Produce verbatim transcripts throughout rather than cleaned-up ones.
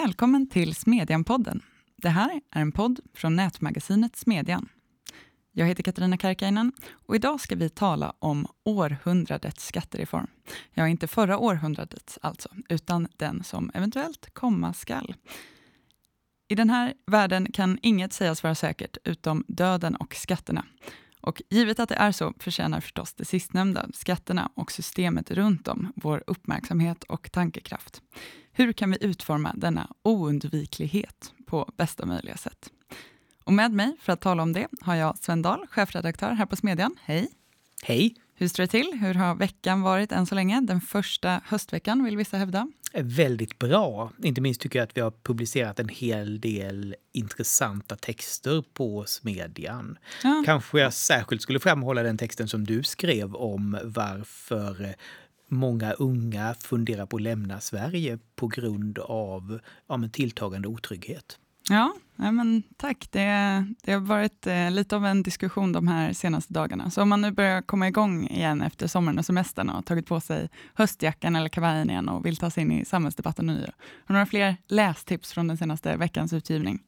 Välkommen till Smedjan-podden. Det här är en podd från nätmagasinet Smedjan. Jag heter Katarina Karkainen och idag ska vi tala om århundradets skattereform. Ja, inte förra århundradets alltså, utan den som eventuellt komma skall. I den här världen kan inget sägas vara säkert utom döden och skatterna. Och givet att det är så förtjänar förstås det sistnämnda, skatterna och systemet runt om, vår uppmärksamhet och tankekraft. Hur kan vi utforma denna oundviklighet på bästa möjliga sätt? Och med mig för att tala om det har jag Sven Dahl, chefredaktör här på Smedjan. Hej! Hej! Hur står det till? Hur har veckan varit än så länge? Den första höstveckan vill vissa hävda. Väldigt bra. Inte minst tycker jag att vi har publicerat en hel del intressanta texter på Smedjan. Ja. Kanske jag särskilt skulle framhålla den texten som du skrev om varför många unga funderar på att lämna Sverige på grund av ja, men tilltagande otrygghet. Ja, ja men tack. Det, det har varit eh, lite av en diskussion de här senaste dagarna. Så om man nu börjar komma igång igen efter sommaren och semestern och har tagit på sig höstjackan eller kavajen igen och vill ta sig in i samhällsdebatten nu. Har du några fler lästips från den senaste veckans utgivning?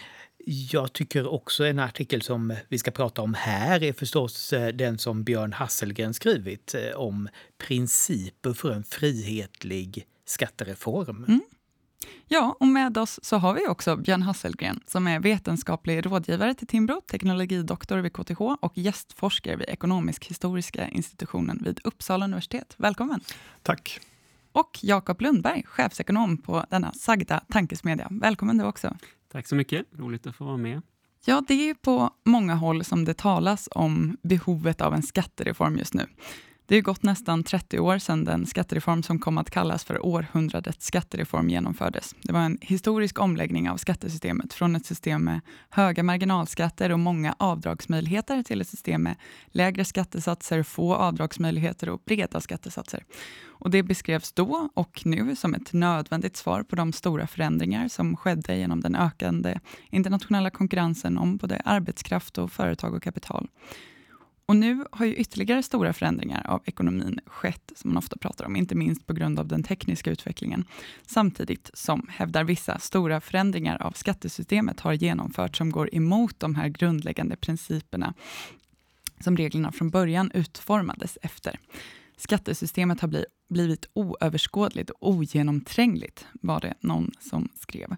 Jag tycker också en artikel som vi ska prata om här är förstås den som Björn Hasselgren skrivit om principer för en frihetlig skattereform. Mm. Ja, och med oss så har vi också Björn Hasselgren som är vetenskaplig rådgivare till Timbro, teknologidoktor vid K T H och gästforskare vid ekonomisk-historiska institutionen vid Uppsala universitet. Välkommen! Tack! Och Jakob Lundberg, chefsekonom på denna sagda tankesmedja. Välkommen du också! Tack så mycket, roligt att få vara med. Ja, det är på många håll som det talas om behovet av en skattereform just nu. Det har gått nästan trettio år sedan den skattereform som kom att kallas för århundradets skattereform genomfördes. Det var en historisk omläggning av skattesystemet från ett system med höga marginalskatter och många avdragsmöjligheter till ett system med lägre skattesatser, få avdragsmöjligheter och breda skattesatser. Och det beskrevs då och nu som ett nödvändigt svar på de stora förändringar som skedde genom den ökande internationella konkurrensen om både arbetskraft och företag och kapital. Och nu har ju ytterligare stora förändringar av ekonomin skett som man ofta pratar om, inte minst på grund av den tekniska utvecklingen. Samtidigt som, hävdar vissa, stora förändringar av skattesystemet har genomförts som går emot de här grundläggande principerna som reglerna från början utformades efter. Skattesystemet har bli, blivit oöverskådligt och ogenomträngligt, var det någon som skrev.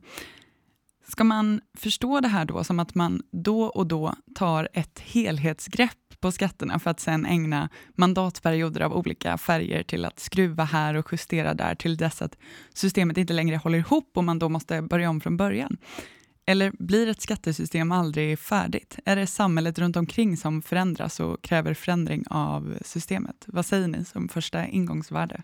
Ska man förstå det här då som att man då och då tar ett helhetsgrepp på skatterna för att sen ägna mandatperioder av olika färger till att skruva här och justera där till dess att systemet inte längre håller ihop och man då måste börja om från början? Eller blir ett skattesystem aldrig färdigt? Är det samhället runt omkring som förändras och kräver förändring av systemet? Vad säger ni som första ingångsvärde?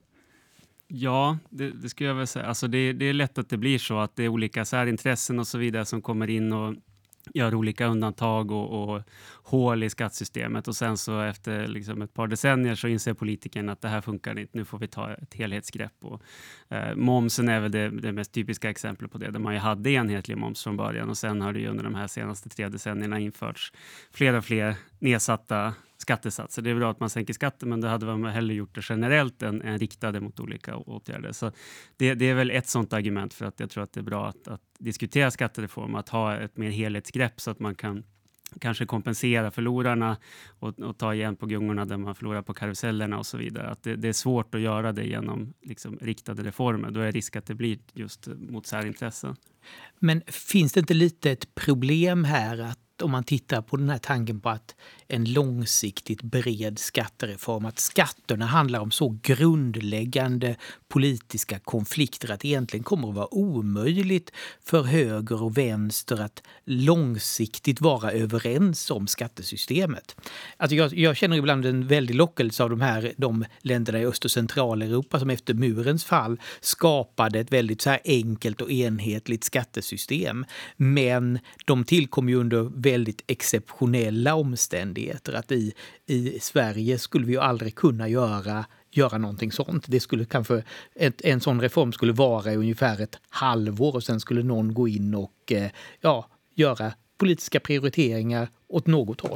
Ja, det, det skulle jag väl säga. Alltså det, det är lätt att det blir så att det är olika särintressen och så vidare som kommer in och gör olika undantag och, och hål i skattesystemet. Och sen så efter liksom ett par decennier så inser politikern att det här funkar inte. Nu får vi ta ett helhetsgrepp. Och, eh, momsen är väl det, det mest typiska exemplet på det. Där man ju hade enhetlig moms från början. Och sen har det ju under de här senaste tre decennierna införts fler och fler nedsatta skattesatser. Det är bra att man sänker skatten, men det hade man hellre gjort det generellt än, än riktade mot olika åtgärder. Så det, det är väl ett sånt argument för att jag tror att det är bra att, att diskutera skattereform, att ha ett mer helhetsgrepp så att man kan kanske kompensera förlorarna och, och ta igen på gungorna där man förlorar på karusellerna och så vidare. Att det, det är svårt att göra det genom liksom, riktade reformer. Då är risk att det blir just mot särintressen. Men finns det inte lite ett problem här att om man tittar på den här tanken på att en långsiktigt bred skattereform, att skatterna handlar om så grundläggande politiska konflikter att det egentligen kommer att vara omöjligt för höger och vänster att långsiktigt vara överens om skattesystemet. Alltså jag, jag känner ibland en väldig lockelse av de här de länderna i Öst- och Centraleuropa som efter murens fall skapade ett väldigt så här enkelt och enhetligt skattesystem. Men de tillkom ju under väldigt exceptionella omständigheter. Att i, i Sverige skulle vi ju aldrig kunna göra, göra någonting sånt. Det skulle kanske, ett, en sån reform skulle vara i ungefär ett halvår och sen skulle någon gå in och eh, ja, göra politiska prioriteringar åt något håll.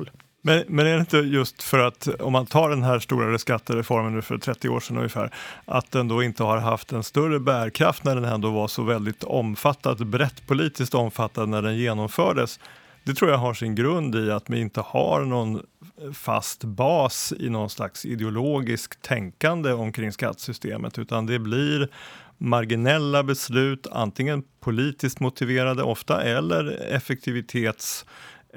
Men, men är det inte just för att om man tar den här stora skattereformen nu för trettio år sedan ungefär, att den då inte har haft en större bärkraft när den ändå var så väldigt omfattad, brett politiskt omfattad när den genomfördes? Det tror jag har sin grund i att vi inte har någon fast bas i någon slags ideologisk tänkande omkring skattesystemet, utan det blir marginella beslut, antingen politiskt motiverade ofta eller effektivitets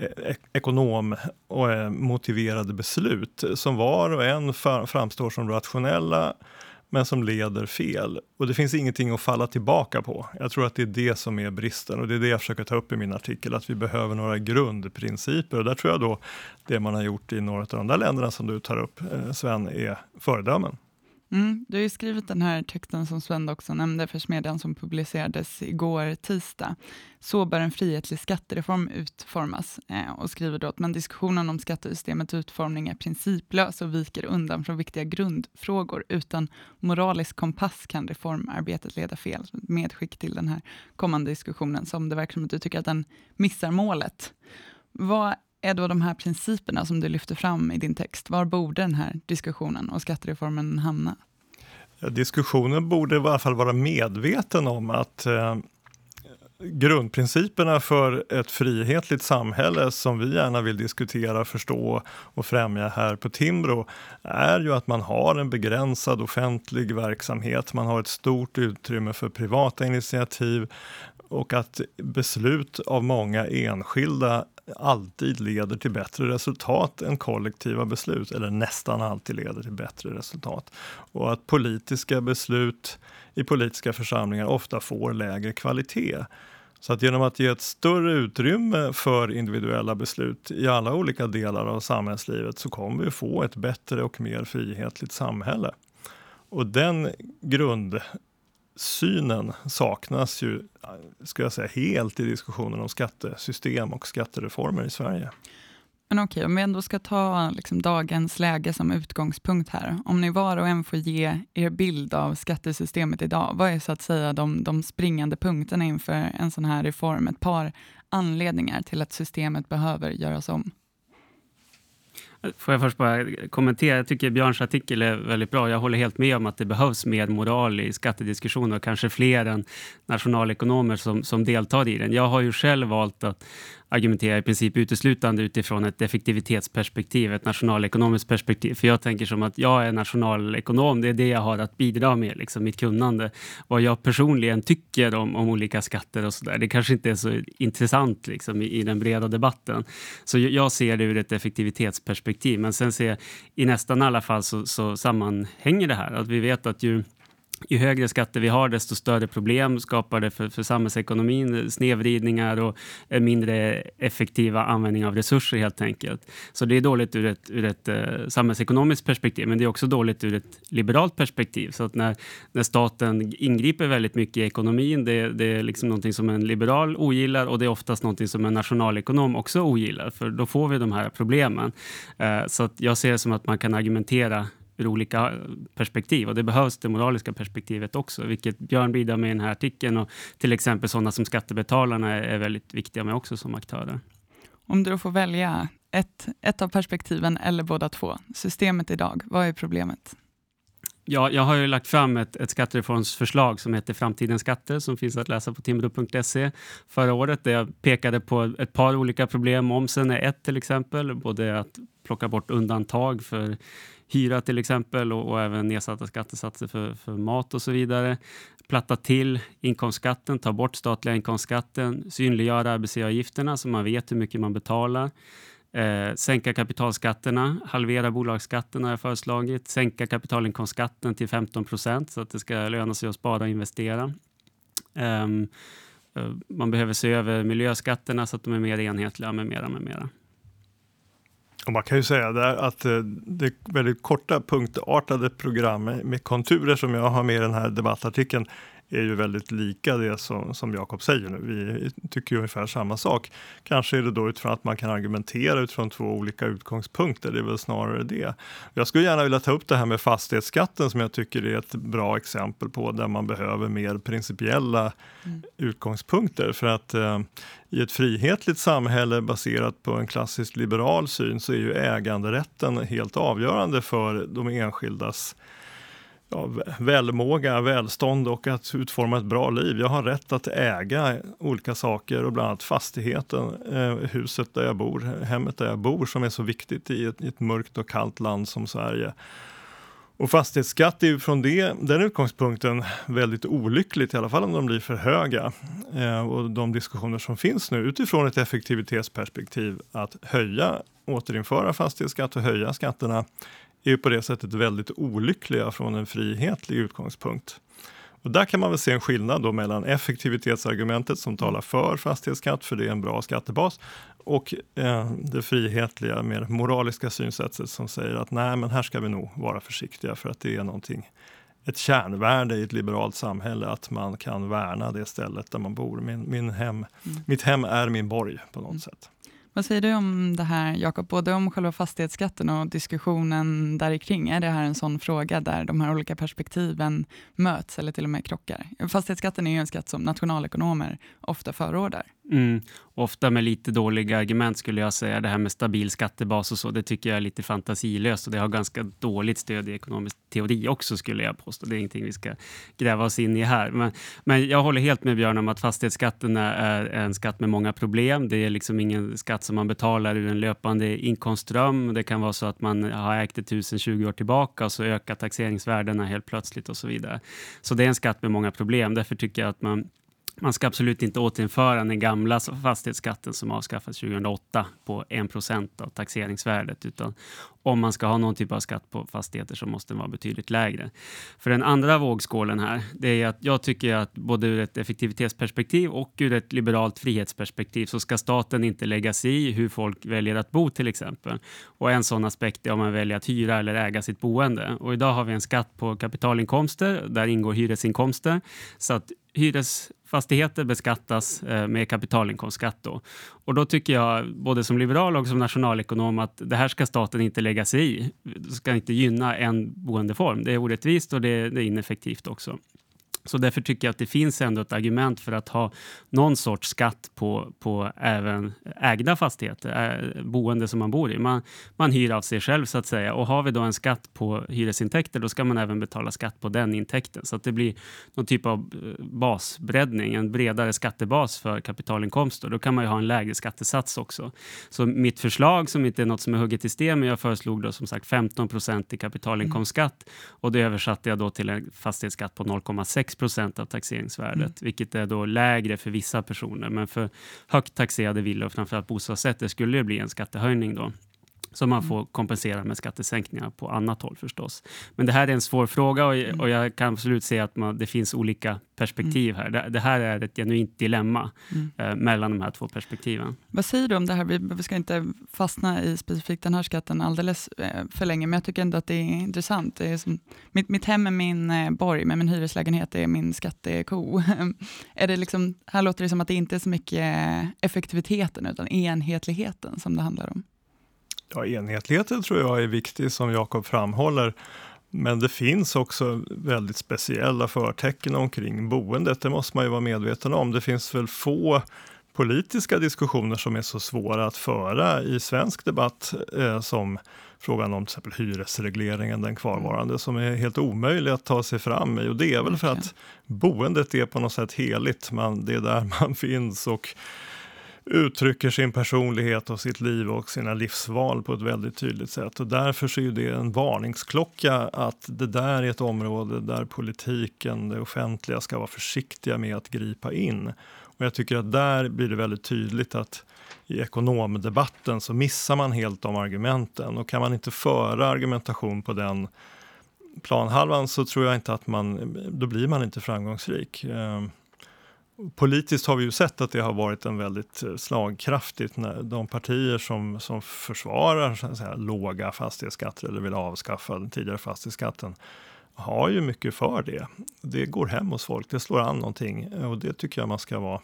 ekonom och motiverade beslut som var och en framstår som rationella men som leder fel. Och det finns ingenting att falla tillbaka på. Jag tror att det är det som är bristen och det är det jag försöker ta upp i min artikel, att vi behöver några grundprinciper. Och där tror jag då det man har gjort i några av de där länderna som du tar upp, Sven, är föredömen. Mm, du har ju skrivit den här texten som Sven också nämnde för Smedjan som publicerades igår tisdag. Så bör en frihetlig skattereform utformas eh, och skriver då att men diskussionen om skattesystemets utformning är principlös och viker undan från viktiga grundfrågor. Utan moralisk kompass kan reformarbetet leda fel. Medskick till den här kommande diskussionen som det verkar som att du tycker att den missar målet. Vad är då de här principerna som du lyfter fram i din text? Var borde den här diskussionen och skattereformen hamna? Ja, diskussionen borde i alla fall vara medveten om att eh, grundprinciperna för ett frihetligt samhälle som vi gärna vill diskutera, förstå och främja här på Timbro är ju att man har en begränsad offentlig verksamhet, man har ett stort utrymme för privata initiativ och att beslut av många enskilda alltid leder till bättre resultat än kollektiva beslut, eller nästan alltid leder till bättre resultat. Och att politiska beslut i politiska församlingar ofta får lägre kvalitet. Så att genom att ge ett större utrymme för individuella beslut i alla olika delar av samhällslivet så kommer vi få ett bättre och mer frihetligt samhälle. Och den grund synen saknas ju, ska jag säga, helt i diskussionen om skattesystem och skattereformer i Sverige. Men okej, om vi ändå ska ta liksom dagens läge som utgångspunkt här. Om ni var och en får ge er bild av skattesystemet idag, vad är så att säga de, de springande punkterna inför en sån här reform? Ett par anledningar till att systemet behöver göras om. Får jag först bara kommentera, jag tycker Björns artikel är väldigt bra. Jag håller helt med om att det behövs mer moral i skattediskussioner och kanske fler än nationalekonomer som, som deltar i den. Jag har ju själv valt att argumentera i princip uteslutande utifrån ett effektivitetsperspektiv, ett nationalekonomiskt perspektiv. För jag tänker som att jag är nationalekonom, det är det jag har att bidra med, liksom mitt kunnande. Vad jag personligen tycker om, om olika skatter och sådär, det kanske inte är så intressant liksom, i, i den breda debatten. Så jag ser det ur ett effektivitetsperspektiv, men sen ser jag, i nästan alla fall så, så sammanhänger det här. Att vi vet att ju Ju högre skatter vi har, desto större problem skapar det för, för samhällsekonomin, snedvridningar och mindre effektiva användning av resurser helt enkelt. Så det är dåligt ur ett, ur ett eh, samhällsekonomiskt perspektiv, men det är också dåligt ur ett liberalt perspektiv. Så att när, när staten ingriper väldigt mycket i ekonomin, det, det är liksom någonting som en liberal ogillar och det är oftast någonting som en nationalekonom också ogillar, för då får vi de här problemen. Eh, så att jag ser det som att man kan argumentera ur olika perspektiv och det behövs det moraliska perspektivet också, vilket Björn bidrar med i den här artikeln och till exempel sådana som skattebetalarna är väldigt viktiga med också som aktörer. Om du då får välja ett, ett av perspektiven eller båda två, systemet idag, vad är problemet? Ja, jag har ju lagt fram ett, ett skattereformsförslag som heter Framtidens skatter som finns att läsa på timbro punkt se förra året där jag pekade på ett par olika problem. Momsen är ett till exempel, både att plocka bort undantag för hyra till exempel och, och även nedsatta skattesatser för, för mat och så vidare. Platta till inkomstskatten, ta bort statliga inkomstskatten, synliggöra arbetsgivaravgifterna så man vet hur mycket man betalar. Eh, sänka kapitalskatterna, halvera bolagsskatten har jag föreslagit. Sänka kapitalinkomstskatten till femton procent så att det ska löna sig att spara och investera. Eh, man behöver se över miljöskatterna så att de är mer enhetliga med mera med mera. Och man kan ju säga där att det väldigt korta punktartade program med konturer som jag har med i den här debattartikeln är ju väldigt lika det som, som Jakob säger nu. Vi tycker ju ungefär samma sak. Kanske är det då utifrån att man kan argumentera utifrån två olika utgångspunkter. Det är väl snarare det. Jag skulle gärna vilja ta upp det här med fastighetsskatten som jag tycker är ett bra exempel på där man behöver mer principiella mm. utgångspunkter. För att eh, i ett frihetligt samhälle baserat på en klassisk liberal syn så är ju äganderätten helt avgörande för de enskildas ja, välmåga, välstånd och att utforma ett bra liv. Jag har rätt att äga olika saker och bland annat fastigheten, eh, huset där jag bor, hemmet där jag bor som är så viktigt i ett, i ett mörkt och kallt land som Sverige. Och fastighetsskatt är ju från det, den utgångspunkten väldigt olyckligt, i alla fall om de blir för höga. Eh, och de diskussioner som finns nu utifrån ett effektivitetsperspektiv att höja, återinföra fastighetsskatt och höja skatterna är ju på det sättet väldigt olyckliga från en frihetlig utgångspunkt. Och där kan man väl se en skillnad då mellan effektivitetsargumentet som talar för fastighetsskatt, för det är en bra skattebas, och eh, det frihetliga, mer moraliska synsättet som säger att nej, men här ska vi nog vara försiktiga för att det är någonting, ett kärnvärde i ett liberalt samhälle att man kan värna det stället där man bor. Min, min hem, mm. Mitt hem är min borg på något mm. sätt. Vad säger du om det här, Jakob? Både om själva fastighetsskatten och diskussionen där kring. Är det här en sån fråga där de här olika perspektiven möts eller till och med krockar? Fastighetsskatten är ju en skatt som nationalekonomer ofta förordar. Mm, ofta med lite dåliga argument skulle jag säga. Det här med stabil skattebas och så, det tycker jag är lite fantasilöst och det har ganska dåligt stöd i ekonomisk teori också skulle jag påstå. Det är ingenting vi ska gräva oss in i här. Men, men jag håller helt med Björn om att fastighetsskatten är en skatt med många problem. Det är liksom ingen skatt som man betalar ur en löpande inkomstström. Det kan vara så att man har ägt ett hus sedan tjugo år tillbaka och så ökar taxeringsvärdena helt plötsligt och så vidare. Så det är en skatt med många problem. Därför tycker jag att man Man ska absolut inte återinföra den gamla fastighetsskatten som avskaffades tjugohundraåtta på en procent av taxeringsvärdet, utan om man ska ha någon typ av skatt på fastigheter så måste den vara betydligt lägre. För den andra vågskålen här, det är att jag tycker att både ur ett effektivitetsperspektiv och ur ett liberalt frihetsperspektiv så ska staten inte lägga sig i hur folk väljer att bo till exempel. Och en sån aspekt är om man väljer att hyra eller äga sitt boende. Och idag har vi en skatt på kapitalinkomster, där ingår hyresinkomster, så att hyresfastigheter beskattas med kapitalinkomstskatt då. Och då tycker jag, både som liberal och som nationalekonom, att det här ska staten inte lägga sig i. Det ska inte gynna en boendeform. Det är orättvist och det är, det är ineffektivt också. Så därför tycker jag att det finns ändå ett argument för att ha någon sorts skatt på, på även ägda fastigheter, boende som man bor i. Man, man hyr av sig själv så att säga, och har vi då en skatt på hyresintäkter, då ska man även betala skatt på den intäkten. Så att det blir någon typ av basbreddning, en bredare skattebas för kapitalinkomster. Då kan man ju ha en lägre skattesats också. Så mitt förslag, som inte är något som är hugget i sten, men jag föreslog då som sagt femton procent i kapitalinkomstskatt mm. och det översatte jag då till en fastighetsskatt på noll komma sex procent av taxeringsvärdet, mm. vilket är då lägre för vissa personer, men för högt taxerade villor och framförallt bostadsrätter skulle det bli en skattehöjning då. Så man får kompensera med skattesänkningar på annat håll förstås. Men det här är en svår fråga och, mm. och jag kan absolut se att man, det finns olika perspektiv här. Det, det här är ett genuint dilemma mm. eh, mellan de här två perspektiven. Vad säger du om det här? Vi, vi ska inte fastna i specifikt den här skatten alldeles eh, för länge, men jag tycker ändå att det är intressant. Det är som, mitt, mitt hem är min eh, borg, men min hyreslägenhet är min skatteko. är det liksom, här låter det som att det inte är så mycket effektiviteten utan enhetligheten som det handlar om. Ja, enhetligheten tror jag är viktig som Jakob framhåller, men det finns också väldigt speciella förtecken omkring boendet. Det måste man ju vara medveten om. Det finns väl få politiska diskussioner som är så svåra att föra i svensk debatt eh, som frågan om till exempel hyresregleringen, den kvarvarande, som är helt omöjlig att ta sig fram i. Och det är väl för att boendet är på något sätt heligt. Man, det är där man finns och uttrycker sin personlighet och sitt liv och sina livsval på ett väldigt tydligt sätt. Och därför så är det en varningsklocka att det där är ett område där politiken, det offentliga, ska vara försiktiga med att gripa in. Och jag tycker att där blir det väldigt tydligt att i ekonomdebatten så missar man helt de argumenten. Och kan man inte föra argumentation på den planhalvan så tror jag inte att man, då blir man inte framgångsrik. Politiskt har vi ju sett att det har varit en väldigt slagkraftigt när de partier som, som försvarar så att säga, låga fastighetsskatter eller vill avskaffa den tidigare fastighetsskatten. har ju mycket för det. Det går hem hos folk, det slår an någonting och det tycker jag man ska vara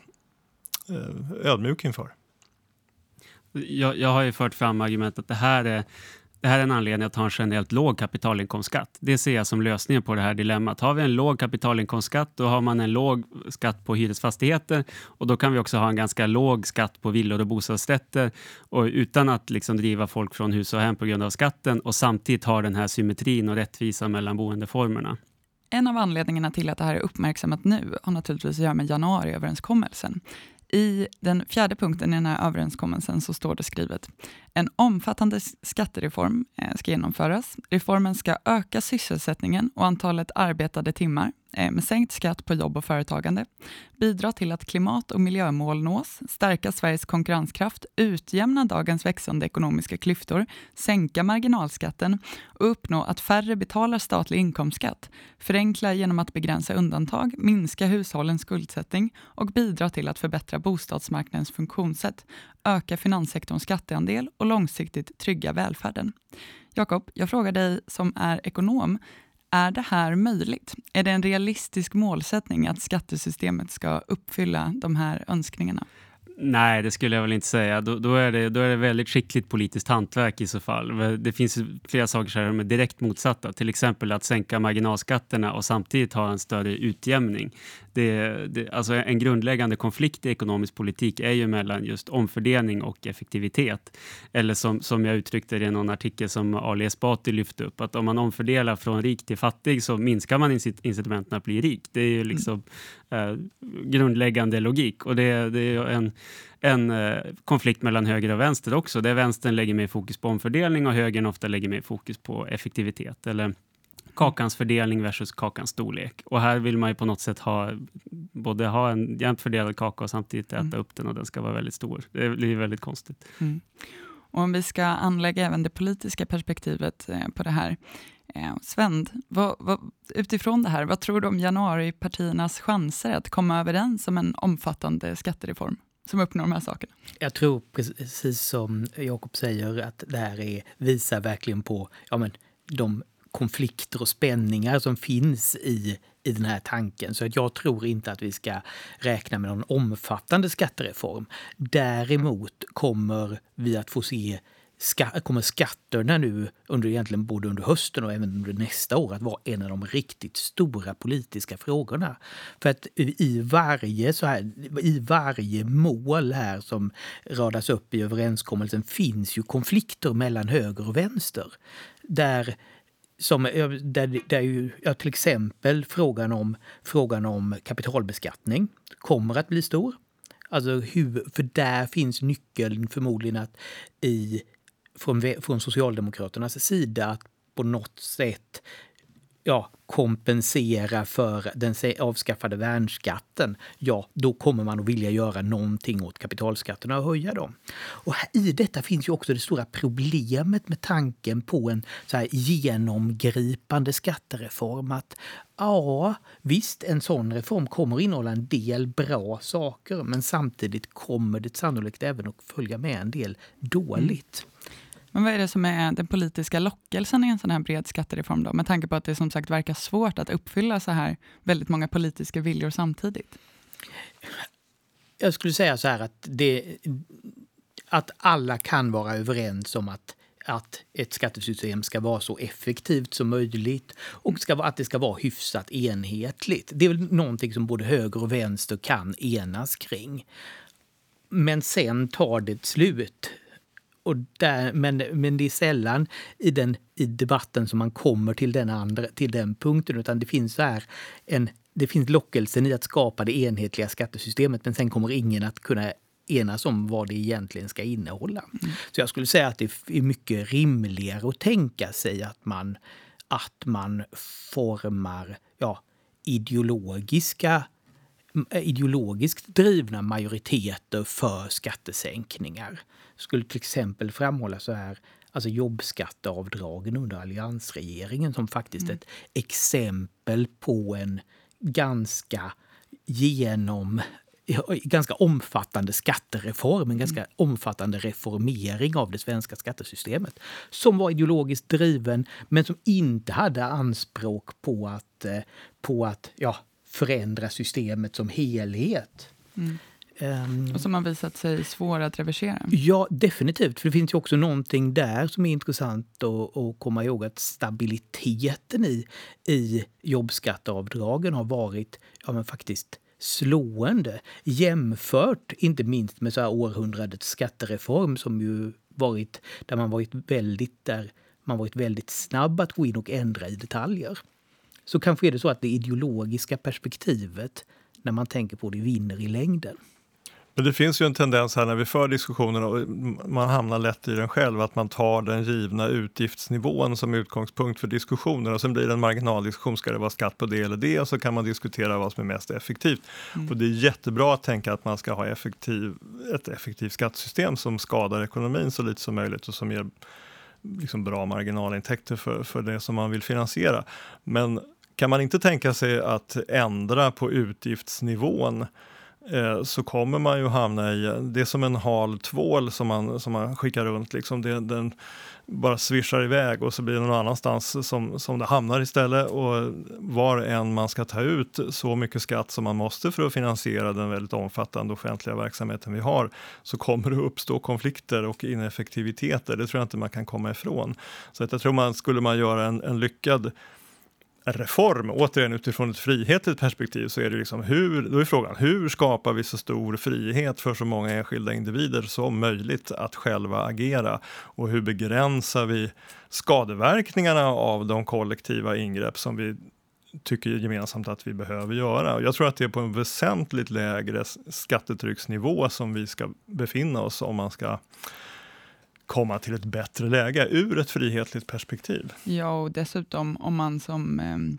ödmjuk inför. Jag, jag har ju fört fram argumentet att det här är Det här är en anledning att ha en generellt låg kapitalinkomstskatt. Det ser jag som lösningen på det här dilemmat. Har vi en låg kapitalinkomstskatt, då har man en låg skatt på hyresfastigheter och då kan vi också ha en ganska låg skatt på villor och bostadsrätter och utan att liksom driva folk från hus och hem på grund av skatten och samtidigt ha den här symmetrin och rättvisa mellan boendeformerna. En av anledningarna till att det här är uppmärksammat nu har naturligtvis att göra med januariöverenskommelsen. I den fjärde punkten i den här överenskommelsen så står det skrivet: en omfattande skattereform ska genomföras. Reformen ska öka sysselsättningen och antalet arbetade timmar med sänkt skatt på jobb och företagande, bidra till att klimat- och miljömål nås, stärka Sveriges konkurrenskraft, utjämna dagens växande ekonomiska klyftor, sänka marginalskatten och uppnå att färre betalar statlig inkomstskatt, förenkla genom att begränsa undantag, minska hushållens skuldsättning och bidra till att förbättra bostadsmarknadens funktionssätt, öka finanssektorns skatteandel och långsiktigt trygga välfärden. Jakob, jag frågar dig som är ekonom, är det här möjligt? Är det en realistisk målsättning att skattesystemet ska uppfylla de här önskningarna? Nej, det skulle jag väl inte säga. Då, då, är det, då är det väldigt skickligt politiskt hantverk i så fall. Det finns flera saker som är direkt motsatta. Till exempel att sänka marginalskatterna och samtidigt ha en större utjämning. Det, det, alltså en grundläggande konflikt i ekonomisk politik är ju mellan just omfördelning och effektivitet. Eller som, som jag uttryckte det i någon artikel som Ali Esbati lyfte upp, att om man omfördelar från rik till fattig så minskar man incitamenten att bli rik. Det är ju liksom eh, grundläggande logik och det, det är en en eh, konflikt mellan höger och vänster också, där vänstern lägger mer fokus på omfördelning och högern ofta lägger mer fokus på effektivitet eller kakans fördelning versus kakans storlek. Och här vill man ju på något sätt ha både ha en jämnt fördelad kaka och samtidigt äta mm. upp den och den ska vara väldigt stor. Det blir väldigt konstigt. Mm. Och om vi ska anlägga även det politiska perspektivet eh, på det här. Eh, Sven, vad, vad, utifrån det här, vad tror du om januaripartiernas chanser att komma överens om en omfattande skattereform som uppnår de här sakerna? Jag tror precis som Jakob säger att det här är, visar verkligen på ja, men, de konflikter och spänningar som finns i, i den här tanken. Så att jag tror inte att vi ska räkna med någon omfattande skattereform. Däremot kommer vi att få se Ska, kommer skatterna nu under egentligen både under hösten och även under nästa år att vara en av de riktigt stora politiska frågorna. För att i varje, så här, i varje mål här som radas upp i överenskommelsen finns ju konflikter mellan höger och vänster. Där Som, där, där ju, ja, till exempel frågan om, frågan om kapitalbeskattning kommer att bli stor. Alltså hur, för där finns nyckeln förmodligen att i, från, från Socialdemokraternas sida att på något sätt ja, kompensera för den avskaffade värnskatten, ja, då kommer man att vilja göra någonting åt kapitalskatterna och höja dem. Och i detta finns ju också det stora problemet med tanken på en så här genomgripande skattereform. Att ja, visst, en sån reform kommer innehålla en del bra saker, men samtidigt kommer det sannolikt även att följa med en del dåligt. Mm. Men vad är det som är den politiska lockelsen i en sån här bred skattereform då? Med tanke på att det som sagt verkar svårt att uppfylla så här väldigt många politiska viljor samtidigt. Jag skulle säga så här att, det, att alla kan vara överens om att, att ett skattesystem ska vara så effektivt som möjligt och ska, att det ska vara hyfsat enhetligt. Det är väl någonting som både höger och vänster kan enas kring. Men sen tar det slut. Och där, men, men det är sällan i, den, i debatten som man kommer till den, andra, till den punkten, utan det finns, så här en, det finns lockelsen i att skapa det enhetliga skattesystemet, men sen kommer ingen att kunna enas om vad det egentligen ska innehålla. Mm. Så jag skulle säga att det är mycket rimligare att tänka sig att man, att man formar ja, ideologiska ideologiskt drivna majoriteter för skattesänkningar. Skulle till exempel framhålla så här, alltså jobbskatteavdragen under alliansregeringen som faktiskt mm. ett exempel på en ganska genom ganska omfattande skattereform, en ganska omfattande reformering av det svenska skattesystemet som var ideologiskt driven men som inte hade anspråk på att, på att ja, förändra systemet som helhet. Mm. Um, och som har visat sig svåra att reversera. Ja, definitivt. För det finns ju också någonting där som är intressant att, att komma ihåg, att stabiliteten i, i jobbskatteavdragen har varit ja, men faktiskt slående jämfört inte minst med så här århundradets skattereform som ju varit där man varit väldigt där man varit väldigt snabb att gå in och ändra i detaljer. Så kanske är det så att det ideologiska perspektivet när man tänker på det vinner i längden. Men det finns ju en tendens här när vi för diskussioner och man hamnar lätt i den själv att man tar den givna utgiftsnivån som utgångspunkt för diskussioner och sen blir det en marginaldiskussion, ska det vara skatt på det eller det, och så kan man diskutera vad som är mest effektivt. Mm. Och det är jättebra att tänka att man ska ha effektiv, ett effektivt skattesystem som skadar ekonomin så lite som möjligt och som ger liksom bra marginalintäkter för, för det som man vill finansiera. Men kan man inte tänka sig att ändra på utgiftsnivån så kommer man ju hamna i, det är som en hal tvål som man, som man skickar runt, liksom det, den bara svischar iväg och så blir det någon annanstans som, som det hamnar istället, och var än man ska ta ut så mycket skatt som man måste för att finansiera den väldigt omfattande offentliga verksamheten vi har, så kommer det uppstå konflikter och ineffektiviteter, det tror jag inte man kan komma ifrån. Så att jag tror man skulle man göra en, en lyckad reform, återigen utifrån ett frihetligt perspektiv, så är det liksom hur, då är frågan, hur skapar vi så stor frihet för så många enskilda individer som möjligt att själva agera, och hur begränsar vi skadeverkningarna av de kollektiva ingrepp som vi tycker gemensamt att vi behöver göra. Och jag tror att det är på en väsentligt lägre skattetrycksnivå som vi ska befinna oss om man ska komma till ett bättre läge ur ett frihetligt perspektiv. Ja, och dessutom om man som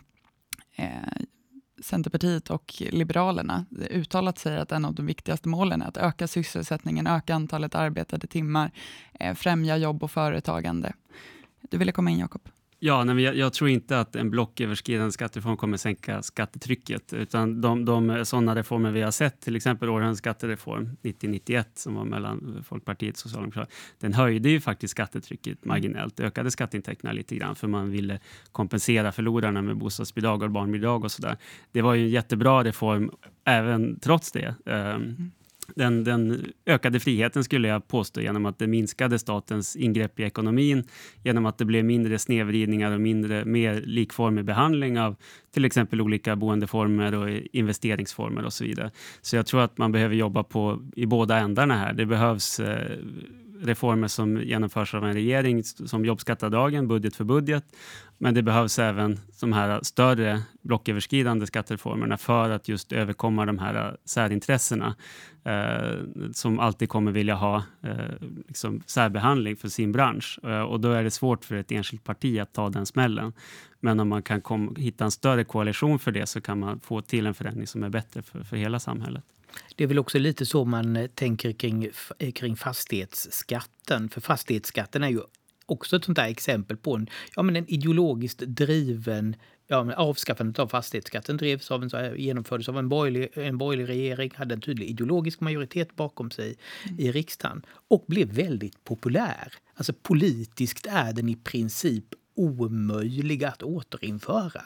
eh, Centerpartiet och Liberalerna uttalat säger att en av de viktigaste målen är att öka sysselsättningen, öka antalet arbetade timmar, eh, främja jobb och företagande. Du ville komma in, Jakob? Ja, nej, men jag, jag tror inte att en blocköverskridande skattereform kommer sänka skattetrycket, utan de, de sådana reformer vi har sett, till exempel årens skattereform nittio nittioett som var mellan Folkpartiet och Socialdemokraterna, den höjde ju faktiskt skattetrycket marginellt, ökade skatteintäkterna lite grann för man ville kompensera förlorarna med bostadsbidrag och barnbidrag och sådär. Det var ju en jättebra reform även trots det. Mm. Den, den ökade friheten skulle jag påstå genom att det minskade statens ingrepp i ekonomin, genom att det blev mindre snedvridningar och mindre, mer likformig behandling av till exempel olika boendeformer och investeringsformer och så vidare. Så jag tror att man behöver jobba på i båda ändarna här. Det behövs eh, reformer som genomförs av en regering som jobbskatteavdragen, budget för budget. Men det behövs även de här större blocköverskridande skattereformerna för att just överkomma de här särintressena eh, som alltid kommer vilja ha eh, liksom särbehandling för sin bransch. Eh, och då är det svårt för ett enskilt parti att ta den smällen. Men om man kan kom, hitta en större koalition för det så kan man få till en förändring som är bättre för, för hela samhället. Det är väl också lite så man tänker kring, kring fastighetsskatten. För fastighetsskatten är ju också ett sånt där exempel på en, ja, men en ideologiskt driven, ja, men avskaffandet av fastighetsskatten drevs av en, så här, genomfördes av en borgerlig, en borgerlig regering, hade en tydlig ideologisk majoritet bakom sig mm. i riksdagen och blev väldigt populär. Alltså politiskt är den i princip omöjlig att återinföra.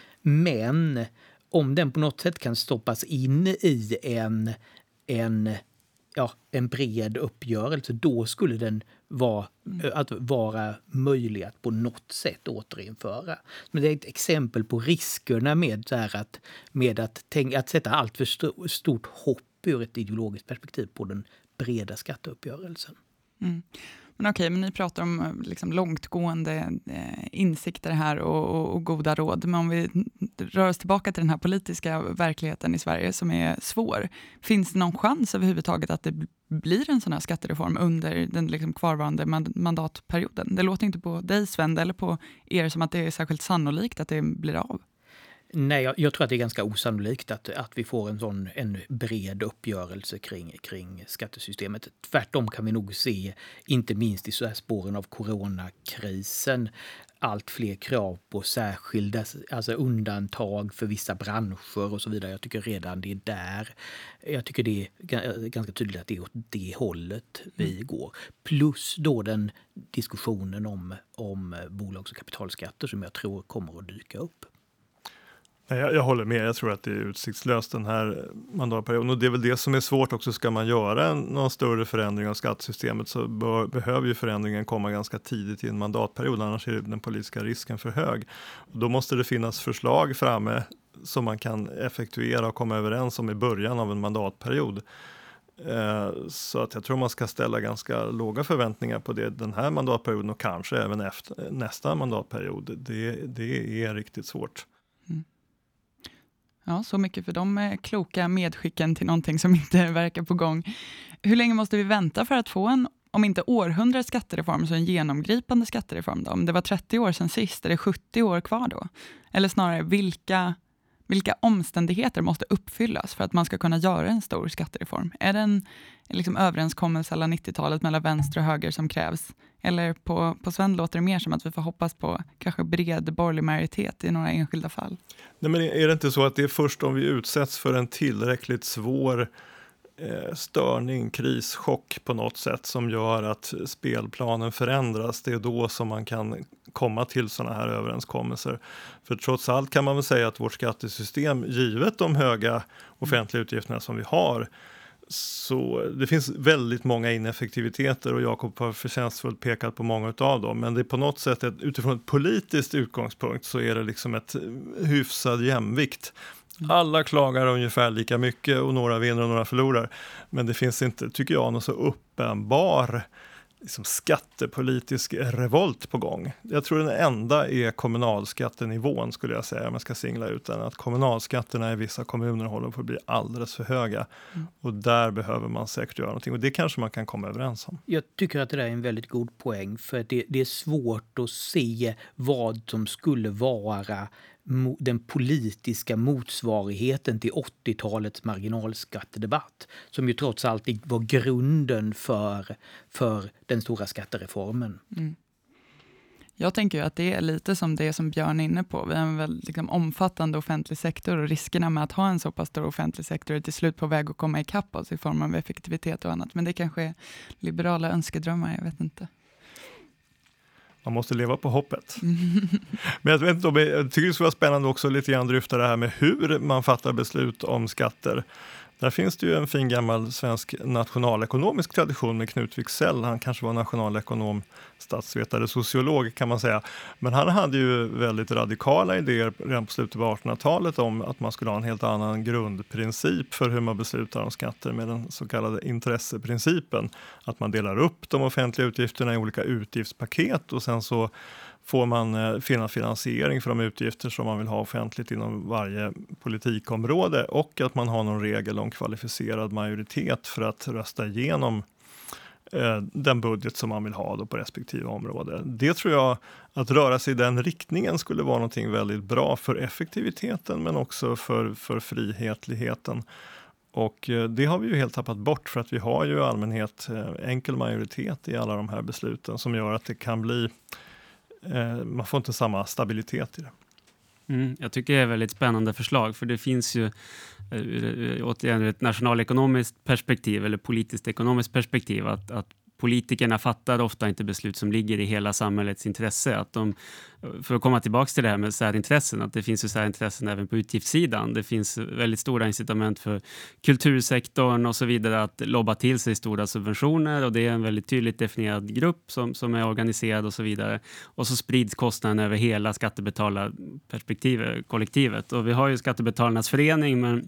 Men om den på något sätt kan stoppas in i en, en, ja, en bred uppgörelse, då skulle den vara, mm. att vara möjlig att på något sätt återinföra. Men det är ett exempel på riskerna med, så här att, med att, tänka, att sätta allt för stort hopp ur ett ideologiskt perspektiv på den breda skatteuppgörelsen. Mm. Men okej, men ni pratar om liksom långtgående eh, insikter här och, och, och goda råd. Men om vi rör oss tillbaka till den här politiska verkligheten i Sverige som är svår. Finns det någon chans överhuvudtaget att det blir en sån här skattereform under den liksom kvarvarande mandatperioden? Det låter inte på dig, Sven, eller på er som att det är särskilt sannolikt att det blir av. Nej, jag, jag tror att det är ganska osannolikt att, att vi får en sån en bred uppgörelse kring, kring skattesystemet. Tvärtom kan vi nog se, inte minst i så här spåren av coronakrisen, allt fler krav på särskilda alltså undantag för vissa branscher och så vidare. Jag tycker redan det är där. Jag tycker det är ganska tydligt att det är åt det hållet vi går. Plus då den diskussionen om, om bolags- och kapitalskatter som jag tror kommer att dyka upp. Jag, jag håller med, jag tror att det är utsiktslöst den här mandatperioden. Och det är väl det som är svårt också, ska man göra en, någon större förändring av skattesystemet så bör, behöver ju förändringen komma ganska tidigt i en mandatperiod, annars är den politiska risken för hög. Och då måste det finnas förslag framme som man kan effektuera och komma överens om i början av en mandatperiod. Eh, så att jag tror man ska ställa ganska låga förväntningar på det den här mandatperioden och kanske även efter nästa mandatperiod. Det, det är riktigt svårt. Mm. Ja, så mycket för de kloka medskicken till någonting som inte verkar på gång. Hur länge måste vi vänta för att få en, om inte århundradets skattereform, så en genomgripande skattereform då? Om det var trettio år sedan sist, är det sjuttio år kvar då? Eller snarare, vilka, vilka omständigheter måste uppfyllas för att man ska kunna göra en stor skattereform? Är det en liksom, överenskommelse alla nittiotalet mellan vänster och höger som krävs? Eller på, på Sven låter det mer som att vi får hoppas på kanske bred borgerlig majoritet i några enskilda fall? Nej, men är det inte så att det är först om vi utsätts för en tillräckligt svår eh, störning, kris, chock på något sätt som gör att spelplanen förändras, det är då som man kan komma till sådana här överenskommelser. För trots allt kan man väl säga att vårt skattesystem, givet de höga offentliga utgifterna som vi har, så det finns väldigt många ineffektiviteter och Jakob har förtjänstfullt pekat på många av dem. Men det är på något sätt, ett, utifrån ett politiskt utgångspunkt så är det liksom ett hyfsad jämvikt. Alla klagar ungefär lika mycket och några vinner och några förlorar. Men det finns inte, tycker jag, någon så uppenbar liksom skattepolitisk revolt på gång. Jag tror den enda är kommunalskattenivån, skulle jag säga, om jag ska singla ut den. Att kommunalskatterna i vissa kommuner håller på att bli alldeles för höga. Mm. Och där behöver man säkert göra någonting. Och det kanske man kan komma överens om. Jag tycker att det där är en väldigt god poäng. För det, det är svårt att se vad som skulle vara den politiska motsvarigheten till åttiotalets marginalskattedebatt, som ju trots allt var grunden för, för den stora skattereformen. Mm. Jag tänker ju att det är lite som det som Björn är inne på. Vi har en väldigt liksom, omfattande offentlig sektor och riskerna med att ha en så pass stor offentlig sektor är till slut på väg att komma ikapp oss i form av effektivitet och annat. Men det kanske är liberala önskedrömmar, jag vet inte. Man måste leva på hoppet. Men jag, vet inte, jag tycker det skulle vara spännande också lite grann dryfta det här med hur man fattar beslut om skatter. Där finns det ju en fin gammal svensk nationalekonomisk tradition med Knut Wicksell. Han kanske var nationalekonom, statsvetare, sociolog kan man säga. Men han hade ju väldigt radikala idéer redan på slutet av artonhundratalet om att man skulle ha en helt annan grundprincip för hur man beslutar om skatter med den så kallade intresseprincipen. Att man delar upp de offentliga utgifterna i olika utgiftspaket och sen så får man finna finansiering för de utgifter som man vill ha offentligt inom varje politikområde och att man har någon regel om kvalificerad majoritet för att rösta igenom eh, den budget som man vill ha då på respektive område. Det tror jag, att röra sig i den riktningen skulle vara någonting väldigt bra för effektiviteten men också för, för frihetligheten. Och eh, det har vi ju helt tappat bort för att vi har ju i allmänhet eh, enkel majoritet i alla de här besluten som gör att det kan bli man får inte samma stabilitet i det. Mm, jag tycker det är ett väldigt spännande förslag för det finns ju återigen ur ett nationalekonomiskt perspektiv eller politiskt ekonomiskt perspektiv att, att politikerna fattar ofta inte beslut som ligger i hela samhällets intresse. Att de, för att komma tillbaka till det här med särintressen, att det finns ju särintressen även på utgiftssidan. Det finns väldigt stora incitament för kultursektorn och så vidare att lobba till sig stora subventioner och det är en väldigt tydligt definierad grupp som, som är organiserad och så vidare. Och så sprids kostnaden över hela skattebetalarperspektivet, kollektivet. Och vi har ju Skattebetalarnas förening men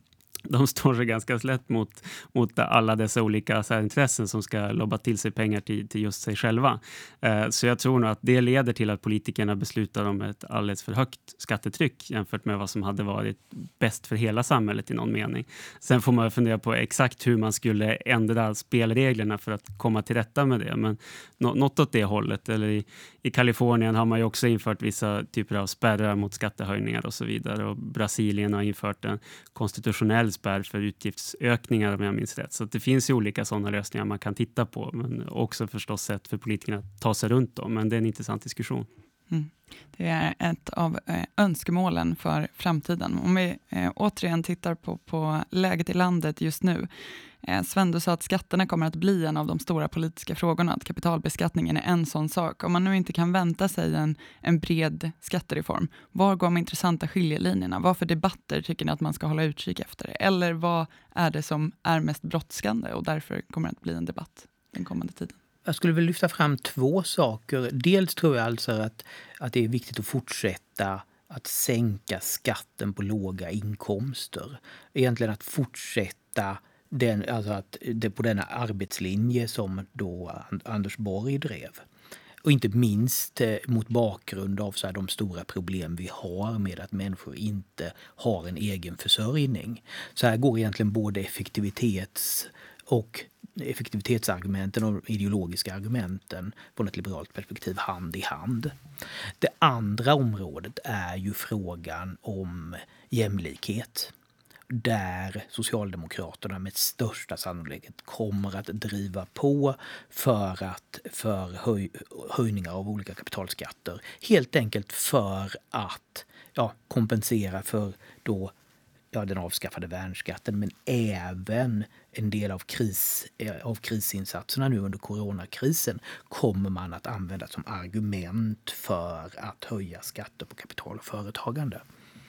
de står sig ganska slätt mot, mot alla dessa olika särintressen som ska lobba till sig pengar till, till just sig själva. Eh, så jag tror nog att det leder till att politikerna beslutar om ett alldeles för högt skattetryck jämfört med vad som hade varit bäst för hela samhället i någon mening. Sen får man fundera på exakt hur man skulle ändra spelreglerna för att komma till rätta med det. Men nå- något åt det hållet. Eller i, i Kalifornien har man ju också infört vissa typer av spärrar mot skattehöjningar och så vidare. Och Brasilien har infört en konstitutionell spärr för utgiftsökningar om jag minns rätt. Så att det finns ju olika sådana lösningar man kan titta på. Men också förstås sätt för politikerna att ta sig runt dem. Men det är en intressant diskussion. Mm. Det är ett av eh, önskemålen för framtiden. Om vi eh, återigen tittar på, på läget i landet just nu. Eh, Sven, du sa att skatterna kommer att bli en av de stora politiska frågorna. Att kapitalbeskattningen är en sån sak. Om man nu inte kan vänta sig en, en bred skattereform. Var går de intressanta skiljelinjerna? Vad för debatter tycker ni att man ska hålla utkik efter? Eller vad är det som är mest brådskande och därför kommer att bli en debatt den kommande tiden? Jag skulle vilja lyfta fram två saker. Dels tror jag alltså att, att det är viktigt att fortsätta att sänka skatten på låga inkomster. Egentligen att fortsätta den, alltså att det på denna arbetslinje som då Anders Borg drev. Och inte minst eh, mot bakgrund av så här, de stora problem vi har med att människor inte har en egen försörjning. Så här går egentligen både effektivitets- och effektivitetsargumenten och ideologiska argumenten från ett liberalt perspektiv hand i hand. Det andra området är ju frågan om jämlikhet. Där Socialdemokraterna med största sannolikhet kommer att driva på för, att, för höj, höjningar av olika kapitalskatter. Helt enkelt för att ja, kompensera för då ja, den avskaffade värnskatten, men även en del av, kris, av krisinsatserna nu under coronakrisen kommer man att använda som argument för att höja skatter på kapital och företagande.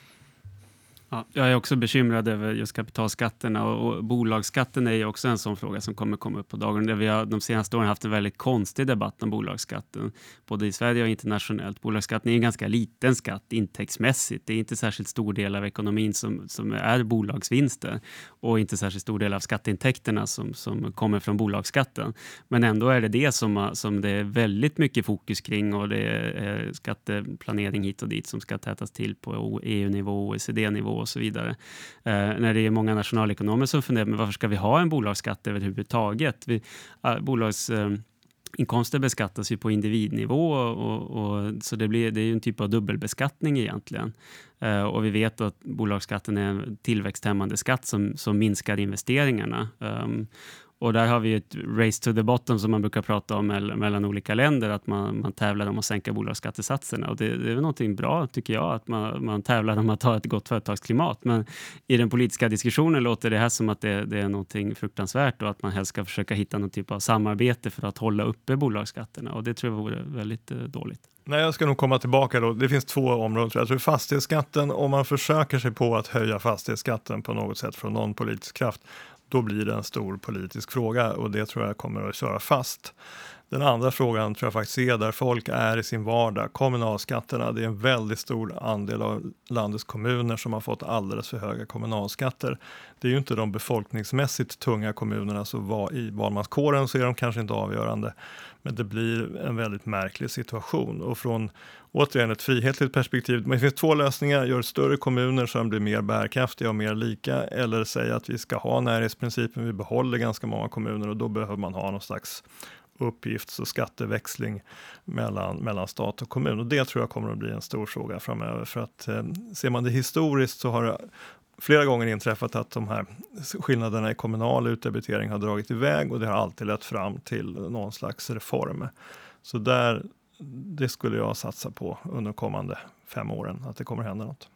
Ja, jag är också bekymrad över just kapitalskatterna och, och bolagsskatten är ju också en sån fråga som kommer komma upp på dagen. Där vi har de senaste åren haft en väldigt konstig debatt om bolagsskatten, både i Sverige och internationellt. Bolagsskatten är en ganska liten skatt intäktsmässigt. Det är inte särskilt stor del av ekonomin som, som är bolagsvinster och inte särskilt stor del av skatteintäkterna som, som kommer från bolagsskatten. Men ändå är det det som, som det är väldigt mycket fokus kring och det är skatteplanering hit och dit som ska tätas till på E U-nivå, O E C D-nivå och så vidare. Eh, när det är många nationalekonomer som funderar, men varför ska vi ha en bolagsskatt överhuvudtaget? Vi, äh, bolags... Eh, Inkomster beskattas ju på individnivå och, och, så det, blir, det är ju en typ av dubbelbeskattning egentligen. Uh, och vi vet att bolagsskatten är en tillväxthämmande skatt som, som minskar investeringarna. Um, och där har vi ett race to the bottom som man brukar prata om mellan, mellan olika länder, att man, man tävlar om att sänka bolagsskattesatserna. Och det, det är väl någonting bra tycker jag, att man, man tävlar om att ha ett gott företagsklimat. Men i den politiska diskussionen låter det här som att det, det är någonting fruktansvärt och att man helst ska försöka hitta någon typ av samarbete för att hålla uppe bolagsskatterna. Och det tror jag vore väldigt eh, dåligt. Nej, jag ska nog komma tillbaka då. Det finns två områden. Jag tror fastighetsskatten, om man försöker sig på att höja fastighetsskatten på något sätt från någon politisk kraft, då blir det en stor politisk fråga och det tror jag kommer att köra fast. Den andra frågan tror jag faktiskt är där folk är i sin vardag. Kommunalskatterna, det är en väldigt stor andel av landets kommuner som har fått alldeles för höga kommunalskatter. Det är ju inte de befolkningsmässigt tunga kommunerna, så var, i valmanskåren så är de kanske inte avgörande. Men det blir en väldigt märklig situation. Och från återigen ett frihetligt perspektiv, men det finns två lösningar. Gör större kommuner så de blir mer bärkraftiga och mer lika. Eller säga att vi ska ha närhetsprincipen, vi behåller ganska många kommuner och då behöver man ha någon slags uppgifts- och skatteväxling mellan, mellan stat och kommun. Och det tror jag kommer att bli en stor fråga framöver. För att eh, ser man det historiskt så har det flera gånger inträffat att de här skillnaderna i kommunal utdebitering har dragit iväg och det har alltid lett fram till någon slags reform. Så där, det skulle jag satsa på under de kommande fem åren, att det kommer hända något.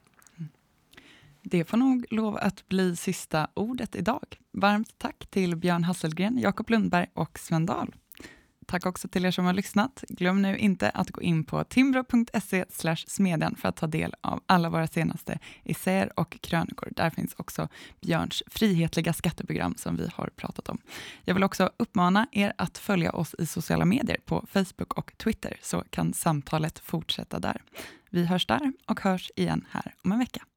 Det får nog lov att bli sista ordet idag. Varmt tack till Björn Hasselgren, Jakob Lundberg och Sven Dahl. Tack också till er som har lyssnat. Glöm nu inte att gå in på timbro punkt se slash smedjan för att ta del av alla våra senaste essäer och krönikor. Där finns också Björns frihetliga skatteprogram som vi har pratat om. Jag vill också uppmana er att följa oss i sociala medier på Facebook och Twitter så kan samtalet fortsätta där. Vi hörs där och hörs igen här om en vecka.